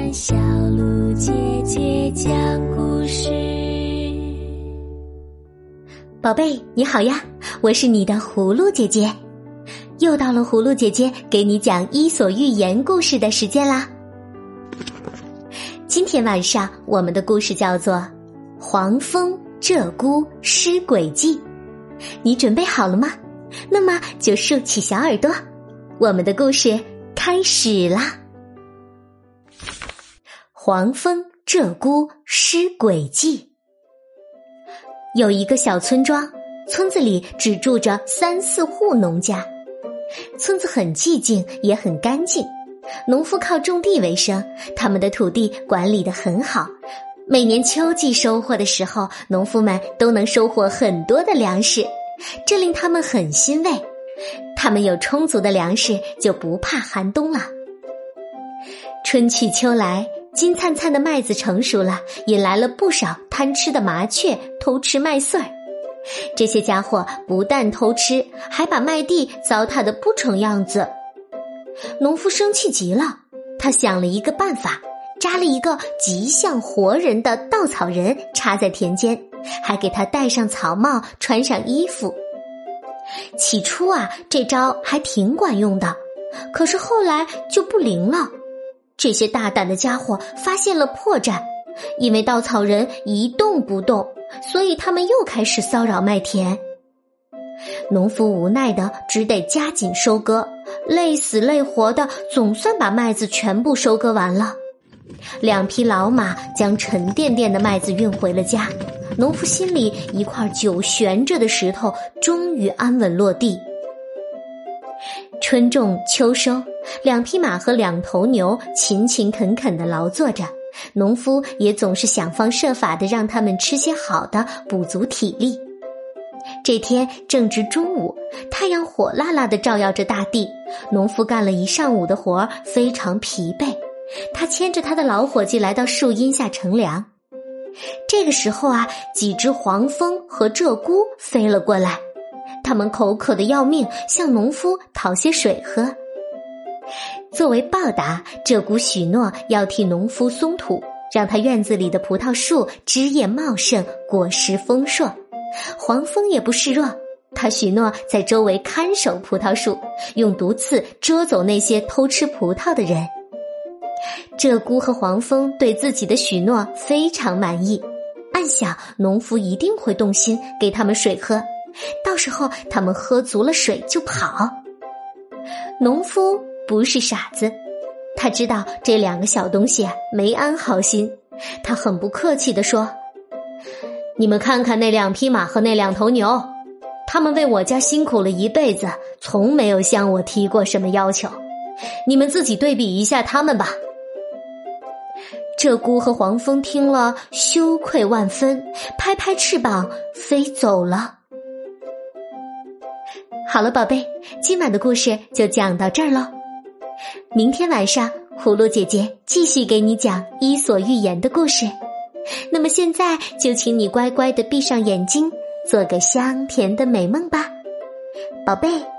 小鹿姐姐讲故事。 宝贝，你好呀，我是你的葫芦姐姐。又到了葫芦姐姐给你讲伊索寓言故事的时间啦。今天晚上我们的故事叫做《黄蜂鹧鸪施诡计》，你准备好了吗？那么就竖起小耳朵，我们的故事开始啦。黄蜂鹧鸪施诡计。有一个小村庄，村子里只住着3-4户农家。村子很寂静，也很干净。农夫靠种地为生，他们的土地管理得很好。每年秋季收获的时候，农夫们都能收获很多的粮食，这令他们很欣慰。他们有充足的粮食，就不怕寒冬了。春去秋来，金灿灿的麦子成熟了，引来了不少贪吃的麻雀偷吃麦穗儿。这些家伙不但偷吃，还把麦地糟蹋得不成样子。农夫生气极了，他想了一个办法，扎了一个极像活人的稻草人插在田间，还给他戴上草帽，穿上衣服。起初这招还挺管用的，可是后来就不灵了。这些大胆的家伙发现了破绽，因为稻草人一动不动，所以他们又开始骚扰麦田。农夫无奈的只得加紧收割，累死累活的总算把麦子全部收割完了。2匹老马将沉甸甸的麦子运回了家，农夫心里一块久悬着的石头终于安稳落地。春种秋收，2匹马和2头牛勤勤恳恳地劳作着，农夫也总是想方设法地让他们吃些好的，补足体力。这天正值中午，太阳火辣辣地照耀着大地，农夫干了一上午的活，非常疲惫。他牵着他的老伙计来到树荫下乘凉。这个时候几只黄蜂和鹧鸪飞了过来，他们口渴得要命，向农夫讨些水喝。作为报答，鹧鸪许诺要替农夫松土，让他院子里的葡萄树枝叶茂盛，果实丰硕。黄蜂也不示弱，他许诺在周围看守葡萄树，用毒刺捉走那些偷吃葡萄的人。鹧鸪和黄蜂对自己的许诺非常满意，暗想农夫一定会动心给他们水喝，到时候他们喝足了水就跑。农夫不是傻子，他知道这2个小东西没安好心，他很不客气地说：你们看看那2匹马和那2头牛，他们为我家辛苦了一辈子，从没有向我提过什么要求，你们自己对比一下他们吧。鹧鸪和黄蜂听了羞愧万分，拍拍翅膀飞走了。好了宝贝，今晚的故事就讲到这儿咯。明天晚上葫芦姐姐继续给你讲伊索寓言的故事。那么现在就请你乖乖地闭上眼睛，做个香甜的美梦吧，宝贝。